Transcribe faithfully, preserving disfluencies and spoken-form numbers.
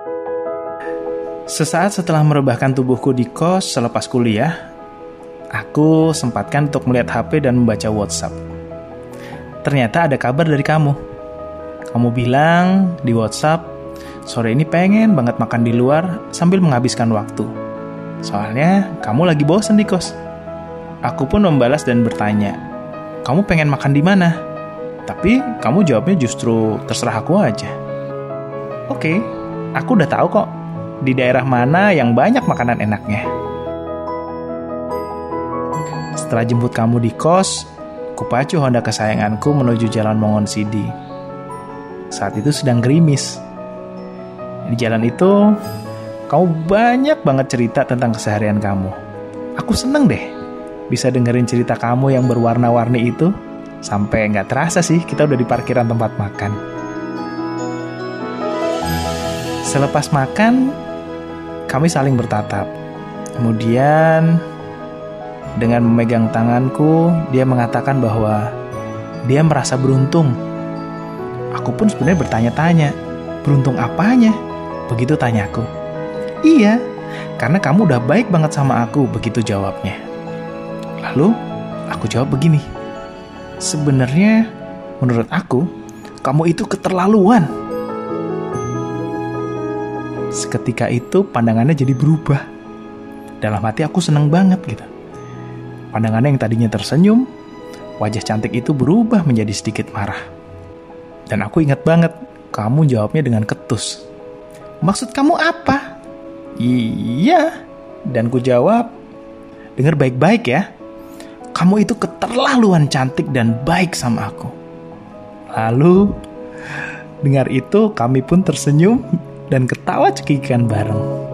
Sesaat setelah merebahkan tubuhku di kos selepas kuliah, aku sempatkan untuk melihat H P dan membaca WhatsApp. Ternyata ada kabar dari kamu. Kamu bilang di WhatsApp, sore ini pengen banget makan di luar sambil menghabiskan waktu. Soalnya kamu lagi bosen di kos. Aku pun membalas dan bertanya, kamu pengen makan di mana? Tapi kamu jawabnya justru terserah aku aja. Oke, aku udah tahu kok di daerah mana yang banyak makanan enaknya. Setelah jemput kamu di kos, kupacu Honda kesayanganku menuju Jalan Mongonsidi. Saat itu sedang gerimis. Di jalan itu, kamu banyak banget cerita tentang keseharian kamu. Aku seneng deh bisa dengerin cerita kamu yang berwarna-warni itu. Sampai nggak terasa sih kita udah di parkiran tempat makan. Selepas makan, kami saling bertatap. Kemudian dengan memegang tanganku, dia mengatakan bahwa dia merasa beruntung. Aku pun sebenarnya bertanya-tanya, beruntung apanya? Begitu tanyaku. Iya, karena kamu udah baik banget sama aku, begitu jawabnya. Lalu aku jawab begini, sebenarnya menurut aku, kamu itu keterlaluan. Seketika itu pandangannya jadi berubah. Dalam hati aku seneng banget gitu. Pandangannya yang tadinya tersenyum, wajah cantik itu berubah menjadi sedikit marah. Dan aku ingat banget, kamu jawabnya dengan ketus. Maksud kamu apa? Iya. Dan ku jawab, dengar baik-baik ya. Kamu itu keterlaluan cantik dan baik sama aku. Lalu, dengar itu kami pun tersenyum dan ketawa cekikikan bareng.